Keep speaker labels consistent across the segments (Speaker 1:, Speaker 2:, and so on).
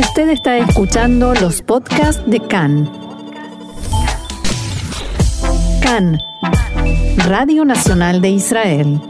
Speaker 1: Usted está escuchando los podcasts de CAN. CAN, Radio Nacional de Israel.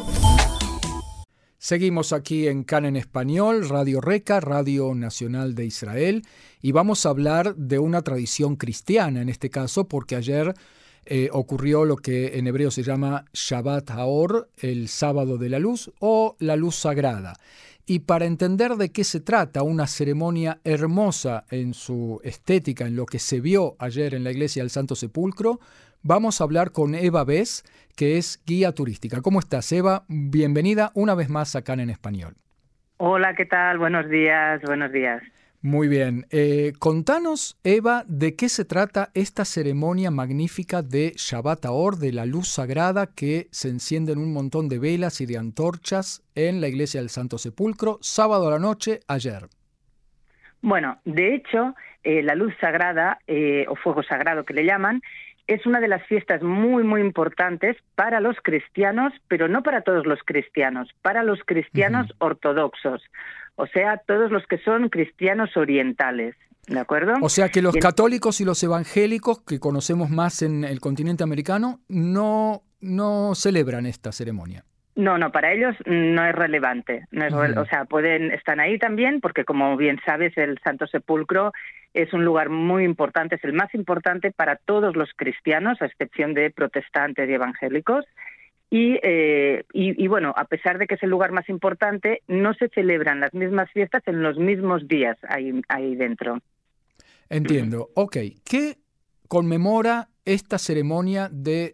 Speaker 2: Seguimos aquí en CAN en español, Radio Reca, Radio Nacional de Israel, y vamos a hablar de una tradición cristiana en este caso, porque ayer ocurrió lo que en hebreo se llama Shabbat Haor, el sábado de la luz o la luz sagrada. Y para entender de qué se trata, una ceremonia hermosa en su estética, en lo que se vio ayer en la iglesia del Santo Sepulcro, vamos a hablar con Eva Bess, que es guía turística. ¿Cómo estás, Eva? Bienvenida una vez más a CAN en español.
Speaker 3: Hola, ¿qué tal? Buenos días, buenos días.
Speaker 2: Muy bien. Contanos, Eva, de qué se trata esta ceremonia magnífica de Shabbat Haor, de la luz sagrada que se encienden un montón de velas y de antorchas en la iglesia del Santo Sepulcro, sábado a la noche, ayer.
Speaker 3: Bueno, de hecho, la luz sagrada, o fuego sagrado que le llaman, es una de las fiestas muy, muy importantes para los cristianos, pero no para todos los cristianos, para los cristianos ortodoxos. O sea, todos los que son cristianos orientales, ¿de acuerdo?
Speaker 2: O sea que los católicos y los evangélicos, que conocemos más en el continente americano, no celebran esta ceremonia.
Speaker 3: No, para ellos no es relevante. No es o sea, están ahí también, porque como bien sabes, el Santo Sepulcro es un lugar muy importante, es el más importante para todos los cristianos, a excepción de protestantes y evangélicos. Y bueno, a pesar de que es el lugar más importante, no se celebran las mismas fiestas en los mismos días ahí dentro.
Speaker 2: Entiendo. Ok. ¿Qué conmemora esta ceremonia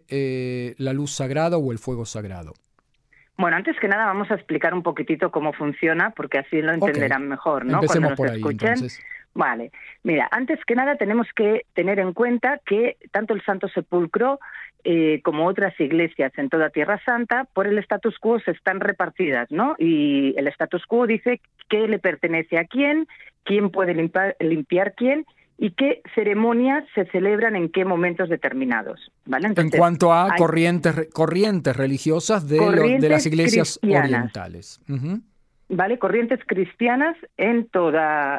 Speaker 2: de la luz sagrada o el fuego sagrado?
Speaker 3: Bueno, antes que nada vamos a explicar un poquitito cómo funciona, porque así lo entenderán mejor, ¿no?
Speaker 2: Empecemos
Speaker 3: Cuando nos
Speaker 2: por ahí,
Speaker 3: escuchen.
Speaker 2: Entonces.
Speaker 3: Vale. Mira, antes que nada tenemos que tener en cuenta que tanto el Santo Sepulcro como otras iglesias en toda Tierra Santa, por el status quo se están repartidas, ¿no? Y el status quo dice qué le pertenece a quién puede limpiar quién, y qué ceremonias se celebran en qué momentos determinados, ¿vale? Entonces,
Speaker 2: en cuanto a corrientes religiosas de las iglesias orientales.
Speaker 3: ¿Vale? Corrientes cristianas en todas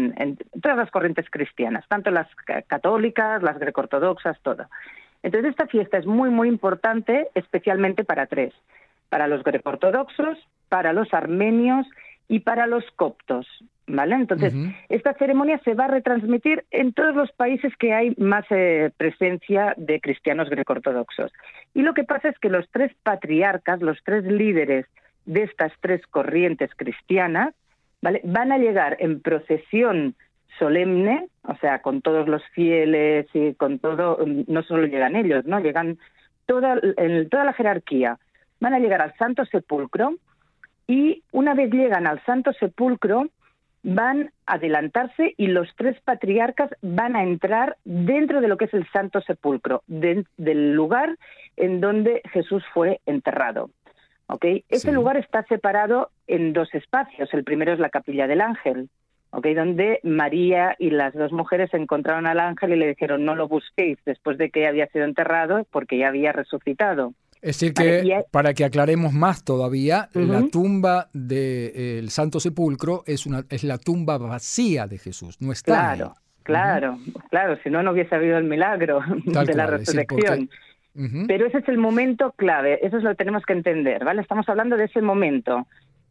Speaker 3: las corrientes cristianas, tanto las católicas, las greco-ortodoxas, todo. Entonces esta fiesta es muy, muy importante, especialmente para tres: para los greco-ortodoxos, para los armenios y para los coptos, ¿vale? Entonces, esta ceremonia se va a retransmitir en todos los países que hay más presencia de cristianos greco-ortodoxos. Y lo que pasa es que los tres patriarcas, los tres líderes de estas tres corrientes cristianas, ¿vale?, van a llegar en procesión solemne, o sea, con todos los fieles y con todo, no solo llegan ellos, ¿no? Llegan toda la jerarquía. Van a llegar al Santo Sepulcro, y una vez llegan al Santo Sepulcro van a adelantarse y los tres patriarcas van a entrar dentro de lo que es el Santo Sepulcro, del lugar en donde Jesús fue enterrado. ¿Okay? Ese lugar está separado en dos espacios. El primero es la Capilla del Ángel, ¿okay?, donde María y las dos mujeres encontraron al ángel y le dijeron: no lo busquéis después de que había sido enterrado, porque ya había resucitado.
Speaker 2: Es decir que, para que aclaremos más todavía, la tumba del Santo Sepulcro es la tumba vacía de Jesús, no está ahí.
Speaker 3: Claro, si no hubiese habido el milagro de la resurrección. Pero ese es el momento clave, eso es lo que tenemos que entender, ¿vale? Estamos hablando de ese momento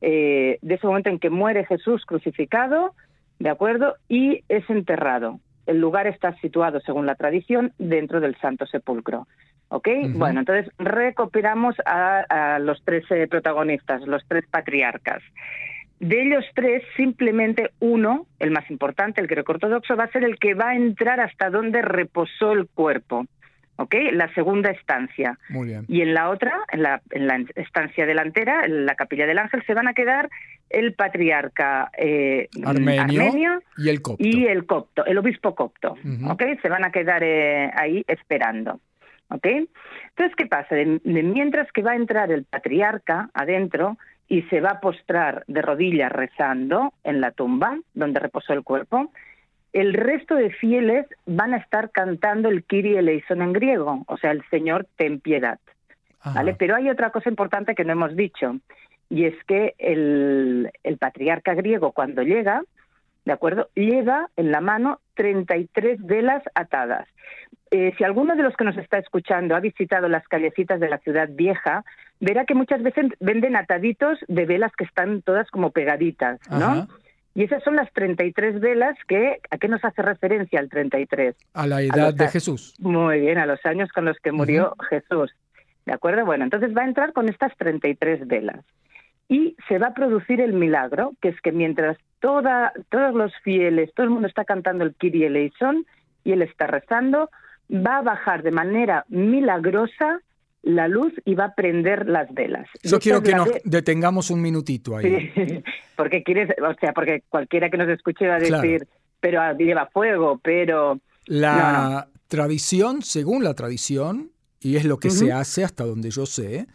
Speaker 3: en que muere Jesús crucificado, ¿de acuerdo? Y es enterrado. El lugar está situado, según la tradición, dentro del Santo Sepulcro. ¿Ok? Bueno, entonces recopilamos a los tres protagonistas, los tres patriarcas. De ellos tres, simplemente uno, el más importante, el greco-ortodoxo, va a ser el que va a entrar hasta donde reposó el cuerpo. ¿Ok? La segunda estancia.
Speaker 2: Muy bien.
Speaker 3: Y en la otra, en la estancia delantera, en la Capilla del Ángel, se van a quedar el patriarca armenio
Speaker 2: y el copto.
Speaker 3: El obispo copto. ¿Ok? Se van a quedar ahí esperando. ¿Ok? Entonces, ¿qué pasa? Mientras que va a entrar el patriarca adentro y se va a postrar de rodillas rezando en la tumba donde reposó el cuerpo, el resto de fieles van a estar cantando el Kyrie eleison en griego, o sea, el Señor ten piedad, ¿vale? Pero hay otra cosa importante que no hemos dicho, y es que el patriarca griego, cuando llega, ¿de acuerdo? Lleva en la mano 33 velas atadas. Si alguno de los que nos está escuchando ha visitado las callecitas de la ciudad vieja, verá que muchas veces venden ataditos de velas que están todas como pegaditas, ¿no?
Speaker 2: Ajá.
Speaker 3: Y esas son las 33 velas que, ¿a qué nos hace referencia el 33?
Speaker 2: A la edad de Jesús.
Speaker 3: Muy bien, a los años con los que murió Jesús, ¿de acuerdo? Bueno, entonces va a entrar con estas 33 velas y se va a producir el milagro, que es que mientras todos los fieles, todo el mundo está cantando el Kyrie eleison y él está rezando, va a bajar de manera milagrosa la luz y va a prender las velas.
Speaker 2: Yo quiero que nos detengamos un minutito ahí.
Speaker 3: Sí, porque porque cualquiera que nos escuche va a decir,
Speaker 2: Claro.
Speaker 3: pero lleva fuego, pero...
Speaker 2: La tradición, según la tradición, y es lo que se hace hasta donde yo sé,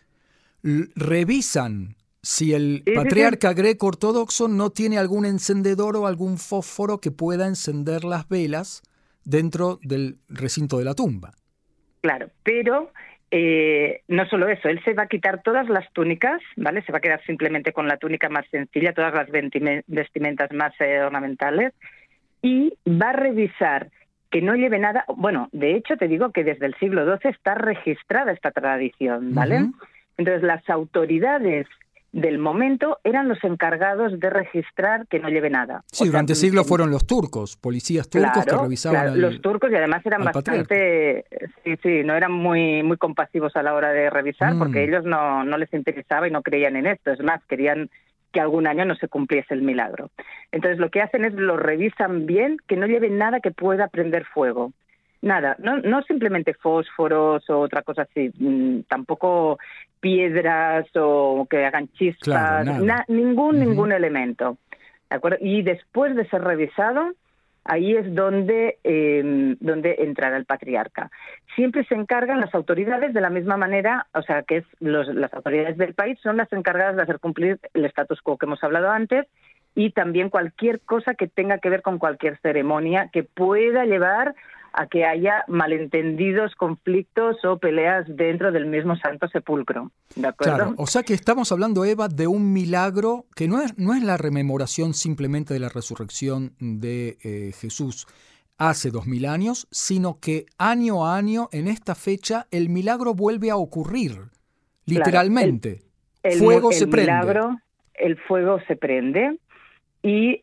Speaker 2: revisan si el patriarca greco-ortodoxo no tiene algún encendedor o algún fósforo que pueda encender las velas dentro del recinto de la tumba.
Speaker 3: Claro, pero no solo eso, él se va a quitar todas las túnicas, ¿vale? Se va a quedar simplemente con la túnica más sencilla, todas las vestimentas más ornamentales, y va a revisar que no lleve nada. Bueno, de hecho te digo que desde el siglo XII está registrada esta tradición, ¿vale? Entonces las autoridades del momento eran los encargados de registrar que no lleve nada.
Speaker 2: Sí, durante siglos fueron los turcos, policías turcos que revisaban
Speaker 3: los turcos, y además eran bastante, no eran muy compasivos a la hora de revisar, porque ellos no les interesaba y no creían en esto, es más, querían que algún año no se cumpliese el milagro. Entonces lo que hacen es lo revisan bien, que no lleve nada que pueda prender fuego. Nada, no simplemente fósforos o otra cosa así, tampoco piedras o que hagan chispas,
Speaker 2: claro,
Speaker 3: ningún elemento, ¿de acuerdo? Y después de ser revisado, ahí es donde entrará el patriarca. Siempre se encargan las autoridades de la misma manera, o sea, que las autoridades del país son las encargadas de hacer cumplir el status quo que hemos hablado antes, y también cualquier cosa que tenga que ver con cualquier ceremonia que pueda llevar a que haya malentendidos, conflictos o peleas dentro del mismo Santo Sepulcro, ¿de acuerdo?
Speaker 2: Claro, o sea que estamos hablando, Eva, de un milagro que no es la rememoración simplemente de la resurrección de Jesús hace 2000 años, sino que año a año, en esta fecha, el milagro vuelve a ocurrir, literalmente.
Speaker 3: Claro,
Speaker 2: fuego se prende.
Speaker 3: El fuego se prende y...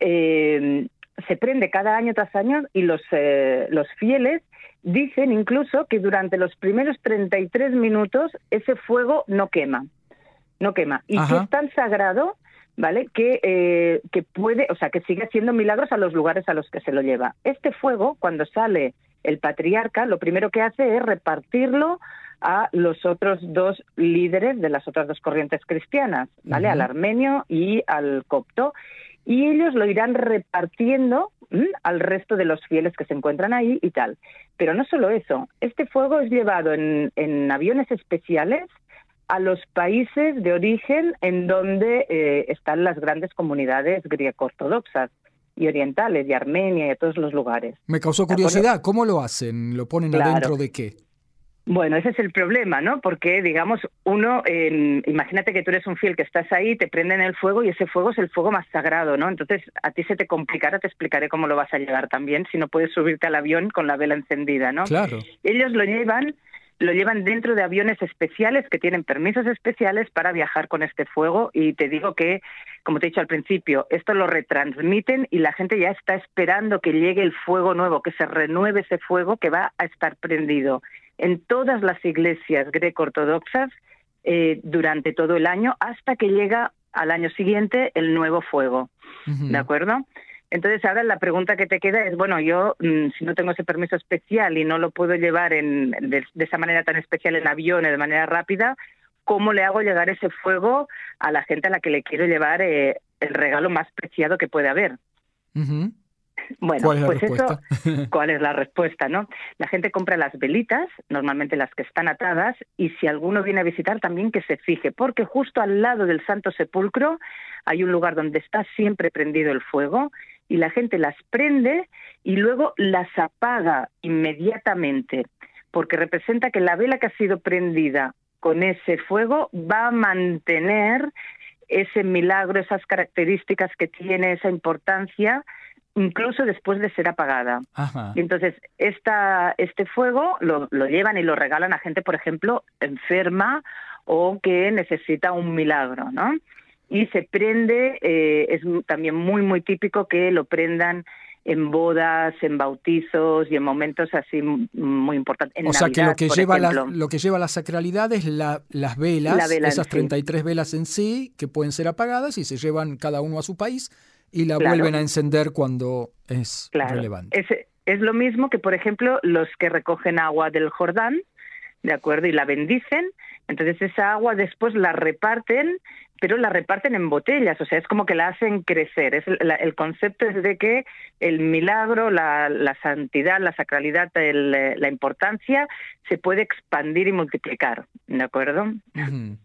Speaker 3: se prende cada año tras año, y los fieles dicen incluso que durante los primeros 33 minutos ese fuego no quema. Y que es tan sagrado, ¿vale? Que puede, o sea, que sigue haciendo milagros a los lugares a los que se lo lleva. Este fuego, cuando sale el patriarca, lo primero que hace es repartirlo a los otros dos líderes de las otras dos corrientes cristianas, ¿vale? Al armenio y al copto. Y ellos lo irán repartiendo al resto de los fieles que se encuentran ahí y tal. Pero no solo eso, este fuego es llevado en aviones especiales a los países de origen en donde están las grandes comunidades greco-ortodoxas y orientales, y Armenia y a todos los lugares.
Speaker 2: Me causó curiosidad, ¿cómo lo hacen? ¿Lo ponen adentro de qué?
Speaker 3: Bueno, ese es el problema, ¿no? Porque, digamos, imagínate que tú eres un fiel que estás ahí, te prenden el fuego y ese fuego es el fuego más sagrado, ¿no? Entonces, a ti se te complicará, te explicaré cómo lo vas a llevar también, si no puedes subirte al avión con la vela encendida, ¿no?
Speaker 2: Claro.
Speaker 3: Ellos lo llevan dentro de aviones especiales que tienen permisos especiales para viajar con este fuego, y te digo que, como te he dicho al principio, esto lo retransmiten y la gente ya está esperando que llegue el fuego nuevo, que se renueve ese fuego que va a estar prendido en todas las iglesias greco-ortodoxas durante todo el año, hasta que llega al año siguiente el nuevo fuego, ¿de acuerdo? Entonces ahora la pregunta que te queda es, bueno, yo si no tengo ese permiso especial y no lo puedo llevar de esa manera tan especial en aviones, de manera rápida, ¿cómo le hago llegar ese fuego a la gente a la que le quiero llevar el regalo más preciado que puede haber? Bueno,
Speaker 2: ¿cuál es la
Speaker 3: pues
Speaker 2: respuesta?
Speaker 3: ¿Cuál es la respuesta, no? La gente compra las velitas, normalmente las que están atadas, y si alguno viene a visitar también que se fije, porque justo al lado del Santo Sepulcro hay un lugar donde está siempre prendido el fuego, y la gente las prende y luego las apaga inmediatamente, porque representa que la vela que ha sido prendida con ese fuego va a mantener ese milagro, esas características que tiene, esa importancia, incluso después de ser apagada.
Speaker 2: Ajá.
Speaker 3: Y entonces este fuego lo llevan y lo regalan a gente, por ejemplo, enferma o que necesita un milagro, ¿no? Y se prende, es también muy, muy típico que lo prendan en bodas, en bautizos y en momentos así muy importantes. En
Speaker 2: O sea,
Speaker 3: Navidad,
Speaker 2: que
Speaker 3: por
Speaker 2: lleva
Speaker 3: ejemplo.
Speaker 2: lo que lleva la sacralidad es las velas,
Speaker 3: La vela en
Speaker 2: esas
Speaker 3: sí.
Speaker 2: 33 velas en sí, que pueden ser apagadas y se llevan cada uno a su país y la
Speaker 3: Claro.
Speaker 2: vuelven a encender cuando es
Speaker 3: Claro.
Speaker 2: relevante.
Speaker 3: Es lo mismo que, por ejemplo, los que recogen agua del Jordán, ¿de acuerdo? Y la bendicen. Entonces esa agua después la reparten, pero la reparten en botellas, o sea, es como que la hacen crecer. El concepto es de que el milagro, la santidad, la sacralidad, la importancia se puede expandir y multiplicar, ¿de acuerdo?
Speaker 2: Uh-huh.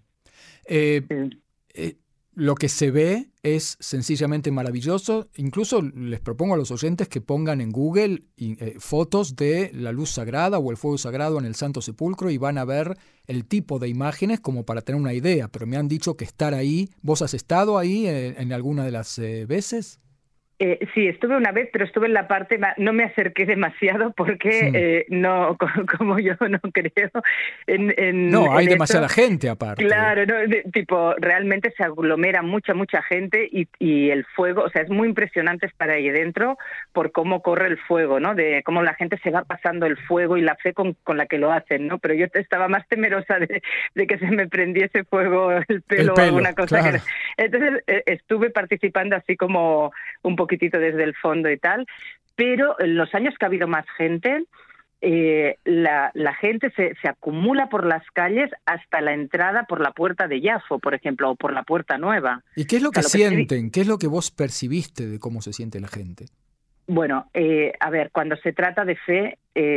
Speaker 3: Sí.
Speaker 2: Lo que se ve es sencillamente maravilloso. Incluso les propongo a los oyentes que pongan en Google fotos de la luz sagrada o el fuego sagrado en el Santo Sepulcro y van a ver el tipo de imágenes como para tener una idea. Pero me han dicho que estar ahí, ¿vos has estado ahí en alguna de las veces?
Speaker 3: Sí, estuve una vez, pero estuve en la parte, no me acerqué demasiado porque no, como yo no creo
Speaker 2: no, hay
Speaker 3: en
Speaker 2: demasiada
Speaker 3: eso.
Speaker 2: gente aparte.
Speaker 3: Claro, no, tipo, realmente se aglomera mucha gente y el fuego, o sea, es muy impresionante estar ahí dentro por cómo corre el fuego, ¿no? De cómo la gente se va pasando el fuego y la fe con la que lo hacen, ¿no? Pero yo estaba más temerosa de que se me prendiese fuego el pelo o alguna cosa.
Speaker 2: Claro.
Speaker 3: Entonces estuve participando así como un poquitito desde el fondo y tal, pero en los años que ha habido más gente, la gente se acumula por las calles hasta la entrada por la puerta de Yafo, por ejemplo, o por la puerta nueva.
Speaker 2: ¿Y qué es lo que
Speaker 3: O sea,
Speaker 2: sienten? ¿Qué es lo que vos percibiste de cómo se siente la gente?
Speaker 3: Bueno, a ver, cuando se trata de fe,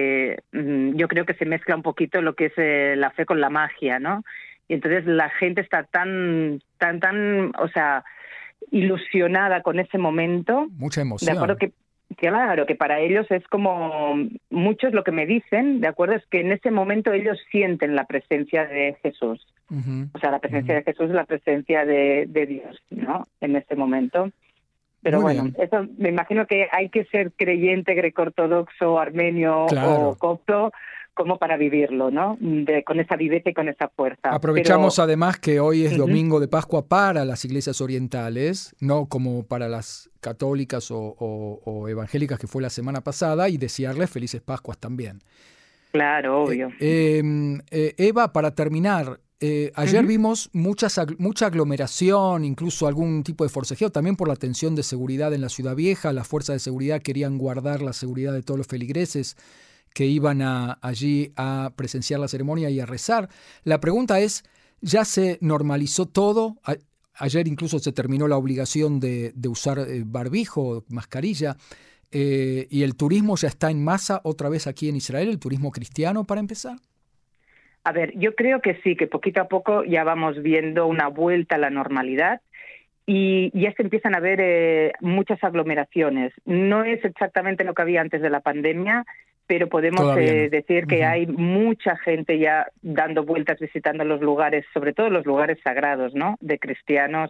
Speaker 3: yo creo que se mezcla un poquito lo que es la fe con la magia, ¿no? Y entonces la gente está tan, o sea, ilusionada con ese momento.
Speaker 2: Mucha emoción.
Speaker 3: De acuerdo que claro, que para ellos es como, muchos lo que me dicen, de acuerdo, es que en ese momento ellos sienten la presencia de Jesús.
Speaker 2: Uh-huh.
Speaker 3: O sea, la presencia de Jesús es la presencia de Dios, ¿no? En ese momento. Pero
Speaker 2: muy
Speaker 3: bueno,
Speaker 2: bien.
Speaker 3: eso me imagino que hay que ser creyente greco-ortodoxo, armenio o copto como para vivirlo, ¿no? Con esa viveza y con esa fuerza.
Speaker 2: Aprovechamos además que hoy es domingo de Pascua para las iglesias orientales, no como para las católicas o evangélicas que fue la semana pasada, y desearles felices Pascuas también.
Speaker 3: Claro, obvio.
Speaker 2: Eva, para terminar, ayer vimos mucha aglomeración, incluso algún tipo de forcejeo, también por la tensión de seguridad en la Ciudad Vieja. Las fuerzas de seguridad querían guardar la seguridad de todos los feligreses que iban allí a presenciar la ceremonia y a rezar. La pregunta es, ¿ya se normalizó todo? Ayer incluso se terminó la obligación de usar barbijo, mascarilla, y el turismo ya está en masa otra vez aquí en Israel, el turismo cristiano, para empezar.
Speaker 3: A ver, yo creo que sí, que poquito a poco ya vamos viendo una vuelta a la normalidad. Y ya se empiezan a ver muchas aglomeraciones. No es exactamente lo que había antes de la pandemia, pero podemos decir que hay mucha gente ya dando vueltas, visitando los lugares, sobre todo los lugares sagrados, ¿no? De cristianos,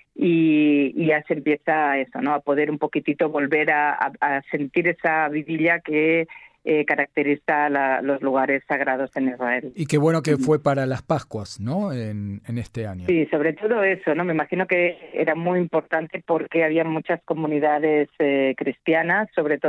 Speaker 3: y ya se empieza eso, ¿no? A poder un poquitito volver a sentir esa vidilla que caracteriza los lugares sagrados en Israel.
Speaker 2: Y qué bueno que fue para las Pascuas, ¿no? En este año.
Speaker 3: Sí, sobre todo eso, ¿no? Me imagino que era muy importante porque había muchas comunidades cristianas, los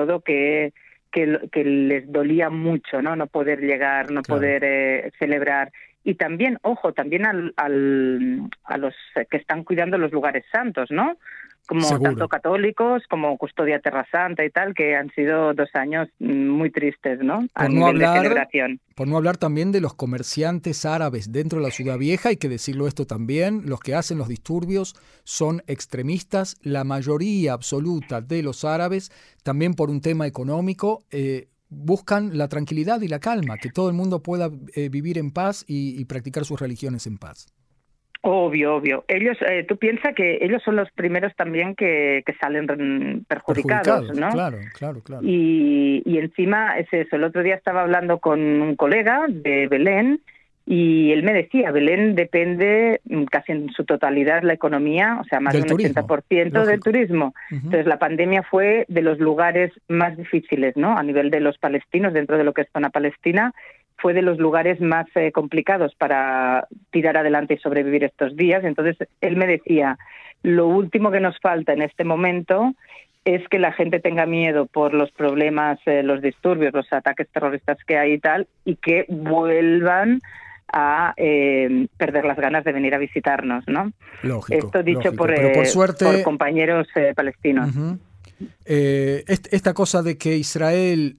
Speaker 3: que les dolía mucho, ¿no? No poder llegar, no poder celebrar. Y también, ojo, también a los que están cuidando los lugares santos, ¿no? Como tanto católicos como Custodia Terra Santa y tal, que han sido 2 años muy tristes, ¿no? A nivel de celebración.
Speaker 2: Por no hablar también de los comerciantes árabes dentro de la Ciudad Vieja, hay que decirlo esto también, los que hacen los disturbios son extremistas, la mayoría absoluta de los árabes, también por un tema económico, buscan la tranquilidad y la calma, que todo el mundo pueda vivir en paz y practicar sus religiones en paz.
Speaker 3: Obvio. Ellos, tú piensas que ellos son los primeros también que salen perjudicados, ¿no?
Speaker 2: Claro.
Speaker 3: Y encima es eso. El otro día estaba hablando con un colega de Belén Y él me decía, Belén depende casi en su totalidad la economía, o sea, más
Speaker 2: del
Speaker 3: de un
Speaker 2: turismo,
Speaker 3: 80% del turismo. Entonces, la pandemia fue de los lugares más difíciles, ¿no? A nivel de los palestinos, dentro de lo que es zona palestina, fue de los lugares más complicados para tirar adelante y sobrevivir estos días. Entonces, él me decía, lo último que nos falta en este momento es que la gente tenga miedo por los problemas, los disturbios, los ataques terroristas que hay y tal, y que vuelvan a perder las ganas de venir a visitarnos, ¿no?
Speaker 2: Lógico.
Speaker 3: Esto dicho
Speaker 2: lógico. Pero por suerte,
Speaker 3: por compañeros palestinos.
Speaker 2: Esta cosa de que Israel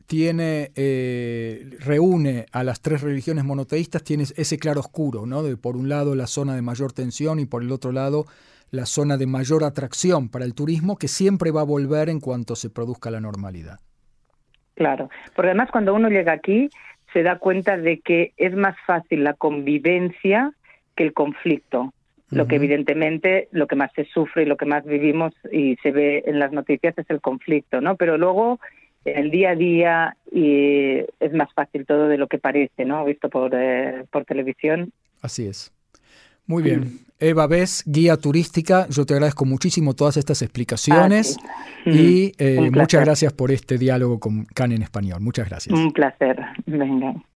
Speaker 2: reúne a las tres religiones monoteístas tiene ese claroscuro, ¿no? De por un lado la zona de mayor tensión y por el otro lado la zona de mayor atracción para el turismo, que siempre va a volver en cuanto se produzca la normalidad.
Speaker 3: Claro, porque además cuando uno llega aquí se da cuenta de que es más fácil la convivencia que el conflicto. Lo que evidentemente lo que más se sufre y lo que más vivimos y se ve en las noticias es el conflicto, ¿no? Pero luego en el día a día es más fácil todo de lo que parece, ¿no? Visto por televisión.
Speaker 2: Así es. Muy bien. Eva Bess, guía turística, yo te agradezco muchísimo todas estas explicaciones y muchas gracias por este diálogo con CAN en español. Muchas gracias.
Speaker 3: Un placer. Venga.